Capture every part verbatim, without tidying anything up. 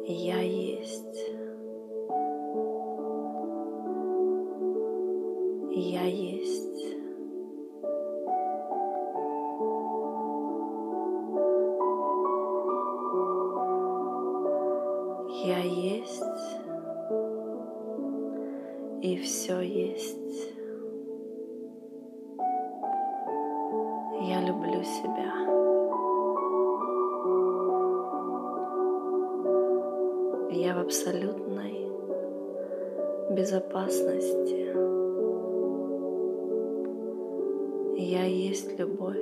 Я есть. Я есть. Я есть. И все есть. Я люблю себя. Я в абсолютной безопасности. Я есть любовь.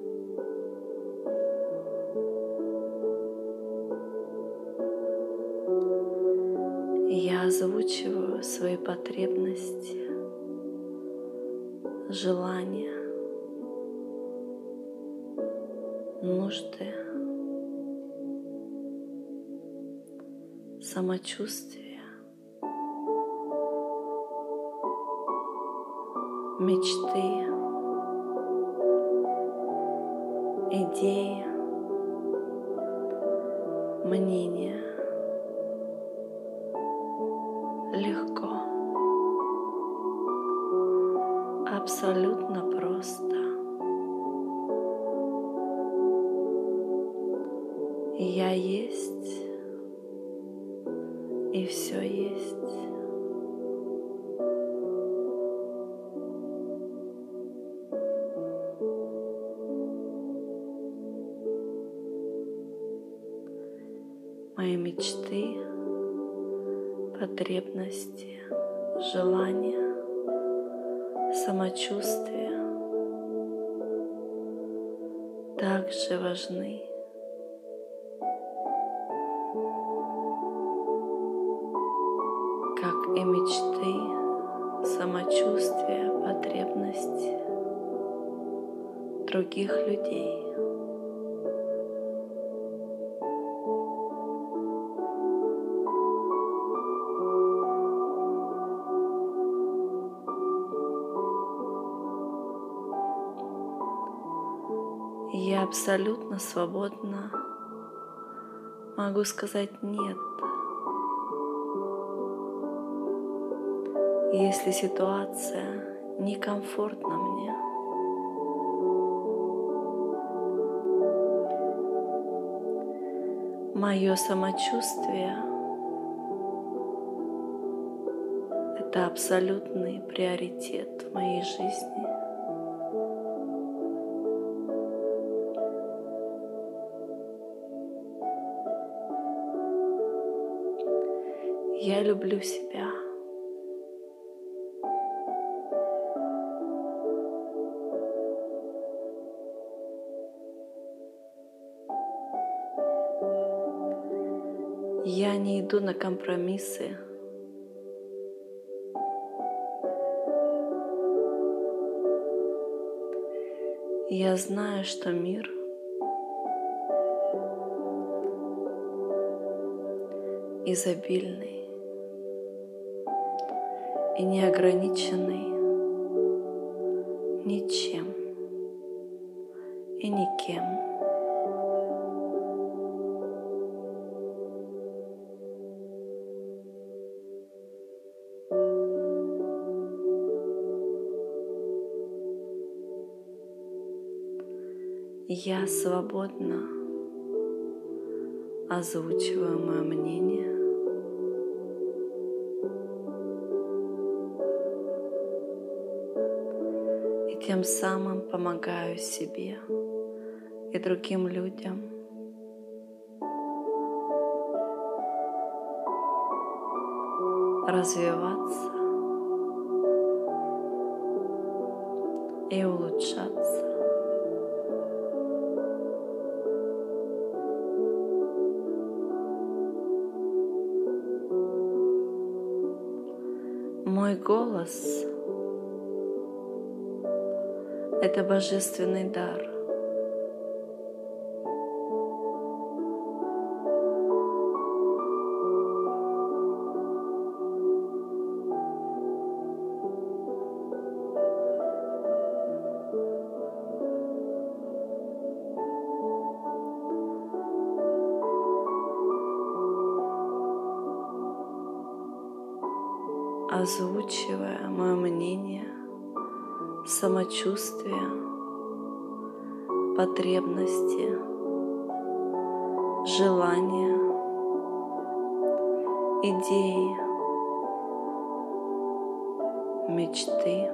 Я озвучиваю свои потребности, желания, нужды, самочувствие, мечты, идеи, мнения. Легко, абсолютно просто. Я есть, и все есть. Мои мечты, потребности, желания, самочувствие также важны, как и мечты, самочувствие, потребности других людей. Я абсолютно свободна, могу сказать «нет», если ситуация некомфортна мне. Мое самочувствие — это абсолютный приоритет в моей жизни. Я люблю себя. Я не иду на компромиссы. Я знаю, что мир изобильный и не ограниченный ничем и никем. Я свободно озвучиваю мое мнение. И тем самым помогаю себе и другим людям развиваться и улучшаться. Мой голос — это божественный дар. озвучивая мое мнение, самочувствие, потребности, желания, идеи, мечты.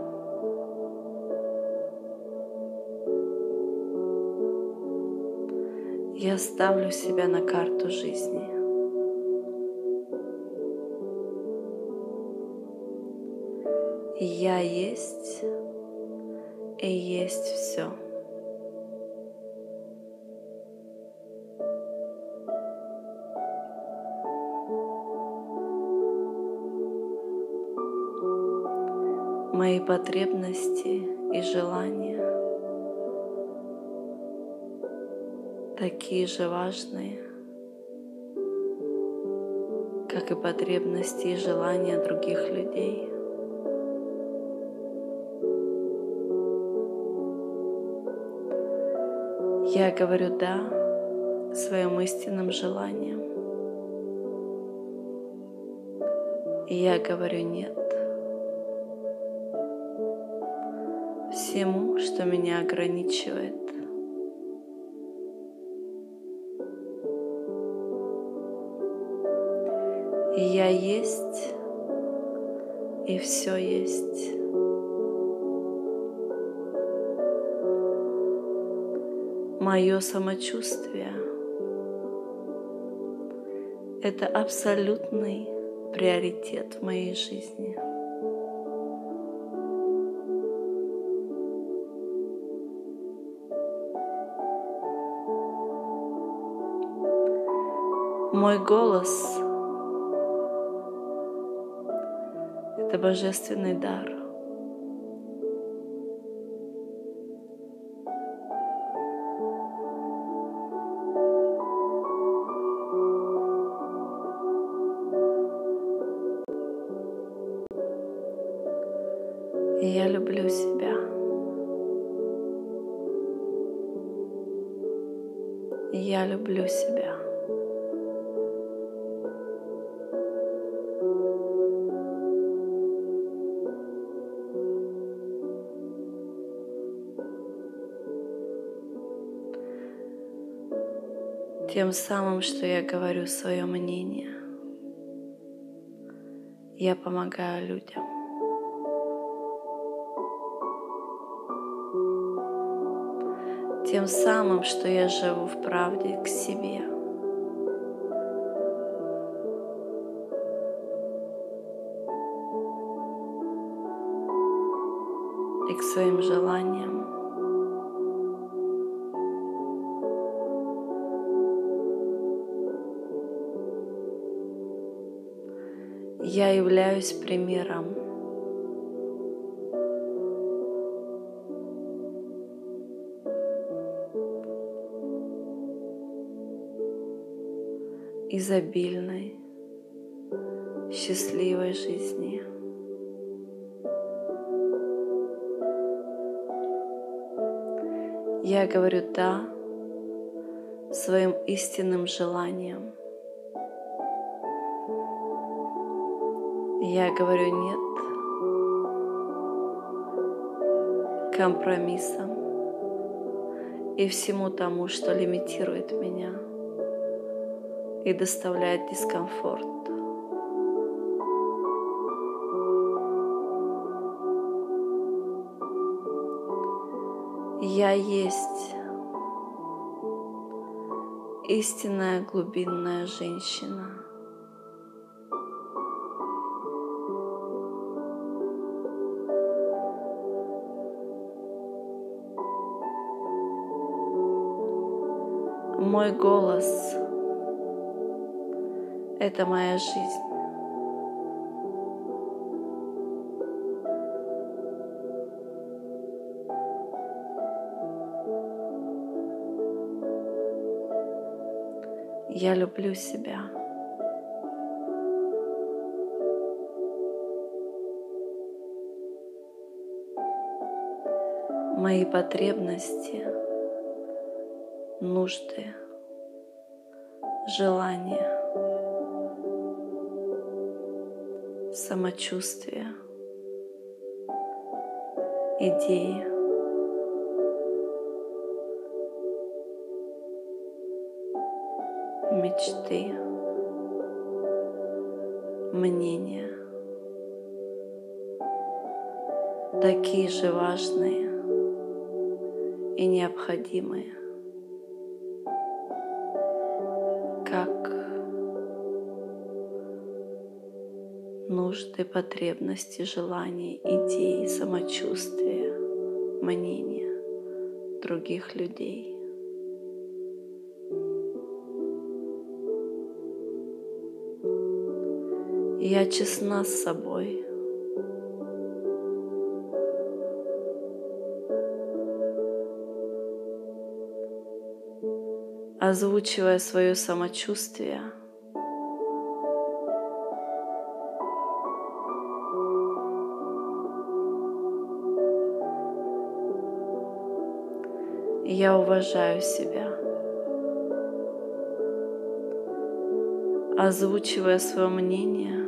Я ставлю себя на карту жизни. Я есть и есть все. Мои потребности и желания такие же важные, как и потребности и желания других людей. Я говорю «да» своим истинным желаниям. И я говорю «нет» всему, что меня ограничивает. И я есть, и все есть. Мое самочувствие — это абсолютный приоритет в моей жизни. Мой голос — это божественный дар. И я люблю себя. И я люблю себя. Тем самым, что я говорю свое мнение, я помогаю людям. Тем самым, что я живу в правде к себе. И к своим желаниям. Я являюсь примером. Изобильной, счастливой жизни. Я говорю «да» своим истинным желаниям. Я говорю «нет» компромиссам и всему тому, что лимитирует меня и доставляет дискомфорт. Я есть истинная глубинная женщина. Мой голос — это моя жизнь. Я люблю себя. Мои потребности, нужды, желания самочувствия, идеи, мечты, мнения, такие же важные и необходимые, как нужды, потребности, желания, идеи, самочувствия, мнения других людей. Я честна с собой. Озвучивая свое самочувствие, я уважаю себя. Озвучивая свое мнение,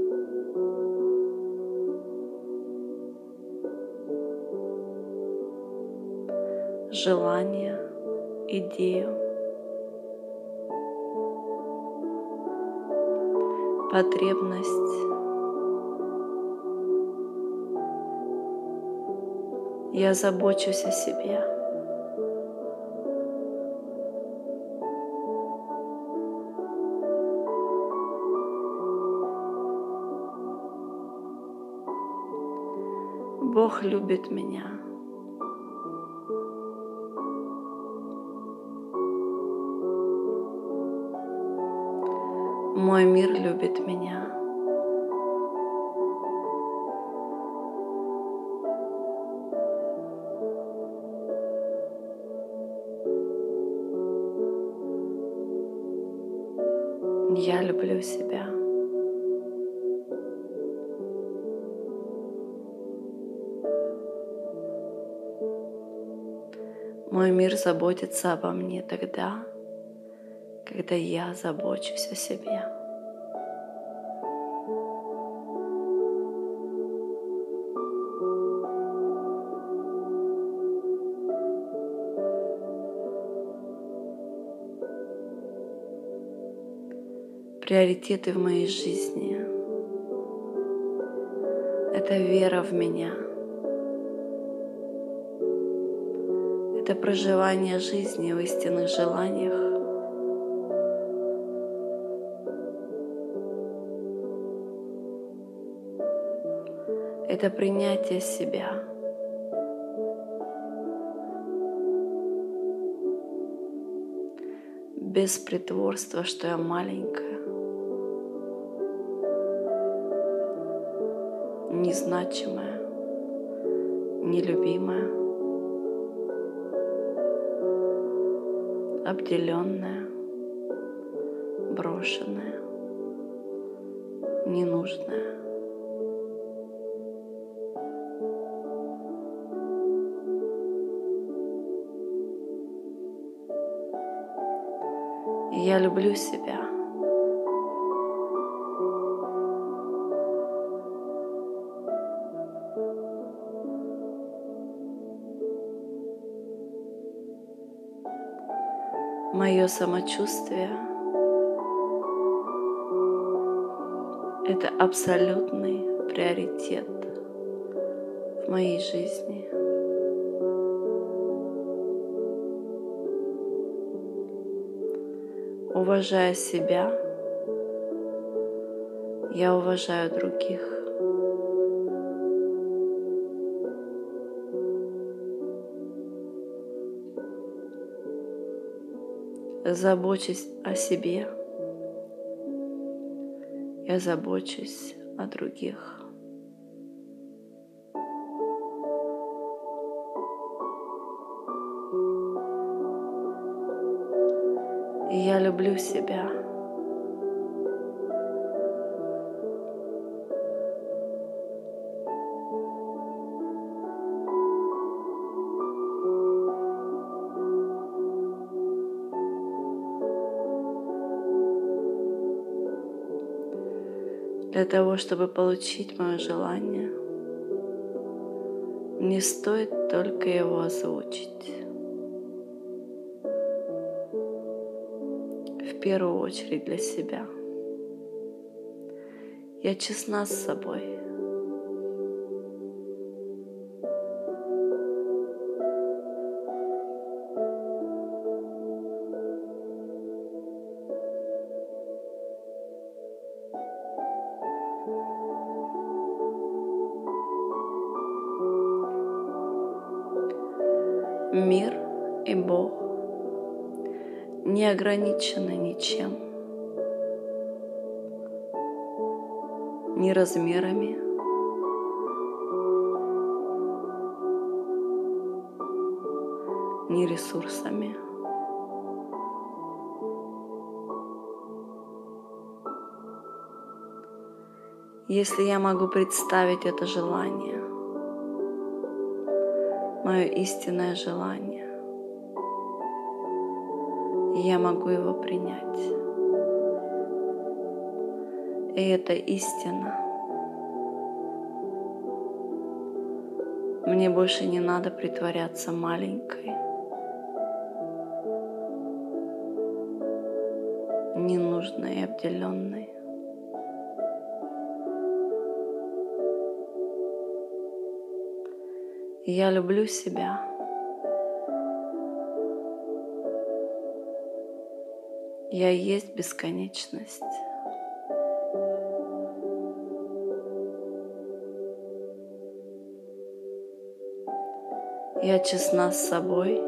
желание, идею, потребность, я забочусь о себе. Бог любит меня. Мой мир любит меня. Я люблю себя. Мой мир заботится обо мне тогда, когда я забочусь о себе. Приоритеты в моей жизни — это вера в меня, это проживание жизни в истинных желаниях, это принятие себя, без притворства, что я маленькая, незначимая, нелюбимая, обделенная, брошенная, ненужная. Я люблю себя. Мое самочувствие — это абсолютный приоритет в моей жизни. Уважая себя, я уважаю других. Забочусь о себе, я забочусь о других. И я люблю себя. Для того, чтобы получить мое желание, мне стоит только его озвучить. В первую очередь для себя. Я честна с собой. Мир и Бог не ограничены ничем, ни размерами, ни ресурсами. Если я могу представить это желание, мое истинное желание, я могу его принять. И это истина. Мне больше не надо притворяться маленькой, ненужной и обделенной. Я люблю себя. Я есть бесконечность. Я честна с собой.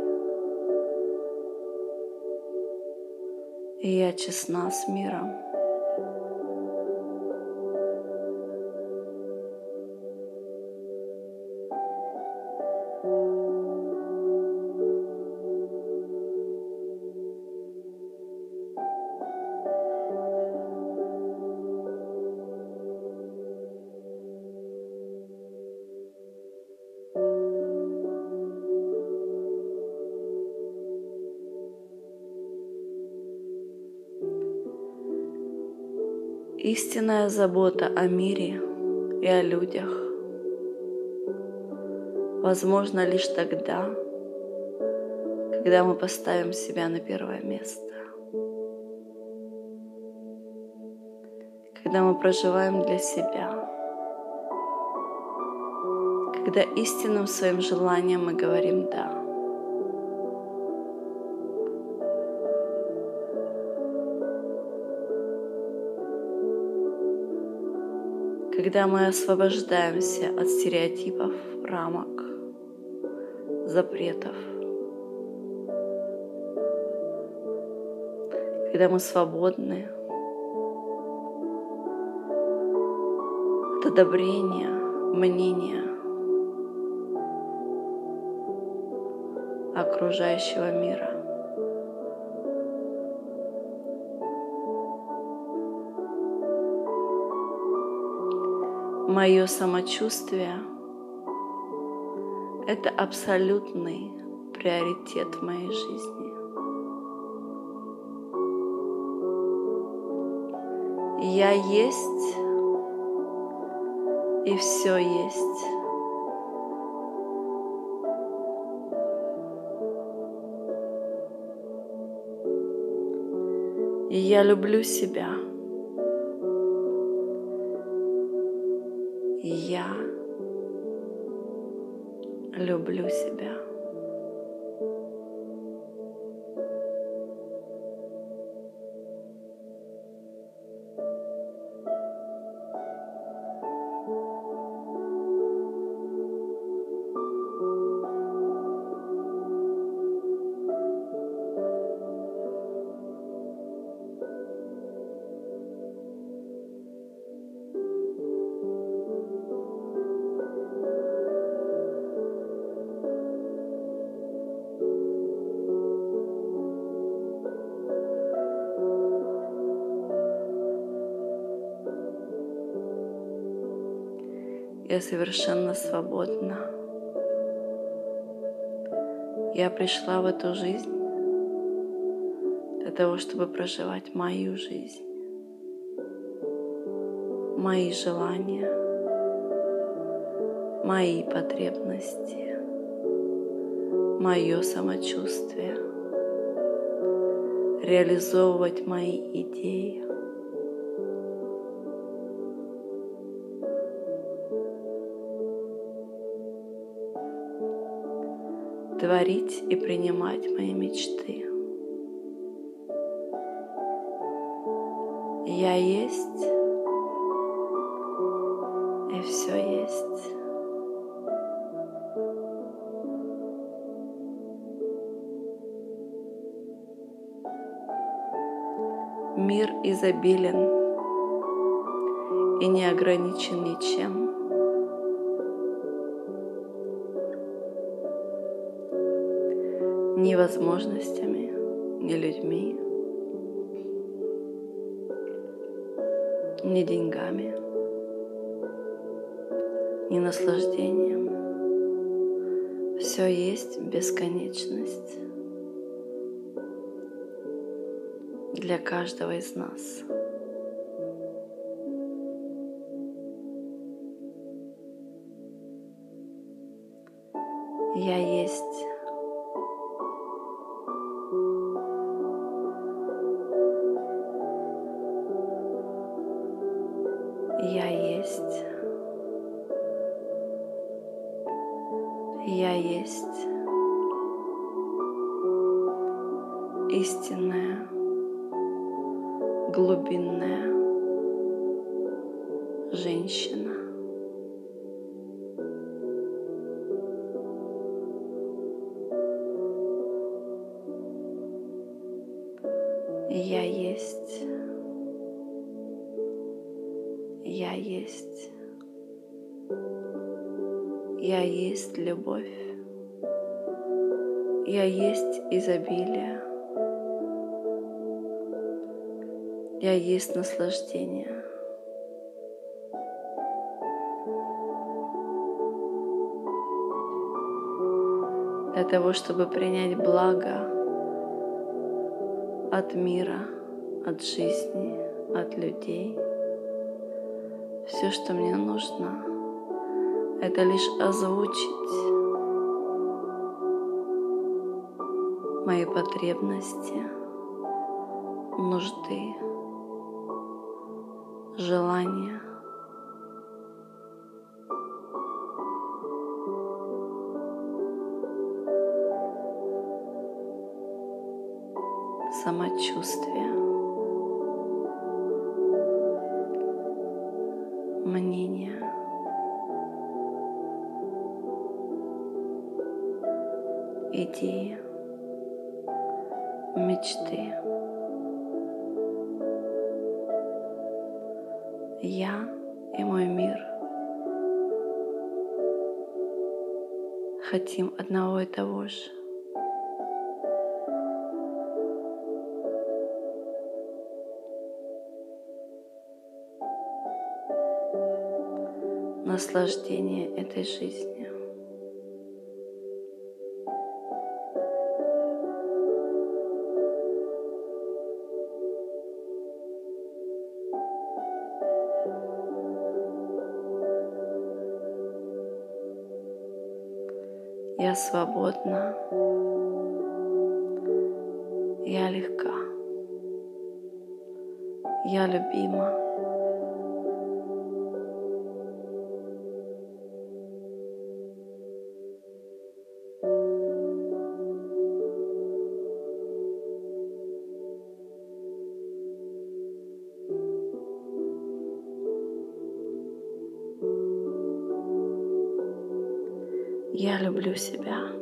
И я честна с миром. Истинная забота о мире и о людях возможна лишь тогда, когда мы поставим себя на первое место, когда мы проживаем для себя, когда истинным своим желанием мы говорим «да». Когда мы освобождаемся от стереотипов, рамок, запретов. Когда мы свободны от одобрения, мнения окружающего мира. Мое самочувствие — это абсолютный приоритет в моей жизни. Я есть, и все есть. И я люблю себя. Я люблю себя. Я совершенно свободна. Я пришла в эту жизнь для того, чтобы проживать мою жизнь, мои желания, мои потребности, мое самочувствие, реализовывать мои идеи. Творить и принимать мои мечты. Я есть, и все есть. Мир изобилен и не ограничен ничем. Ни возможностями, ни людьми, ни деньгами, ни наслаждением. Все есть бесконечность для каждого из нас. Я есть. Я есть. Я есть истинная, глубинная женщина. Я есть. Я есть. Я есть любовь. Я есть изобилие. Я есть наслаждение. Для того, чтобы принять благо от мира, от жизни, от людей, все, что мне нужно, это лишь озвучить мои потребности, нужды, желания. Самочувствие, мнение, идеи, мечты. Я и мой мир хотим одного и того же. Наслаждение этой жизнью. Я свободна, я легка, я любима. Я люблю себя.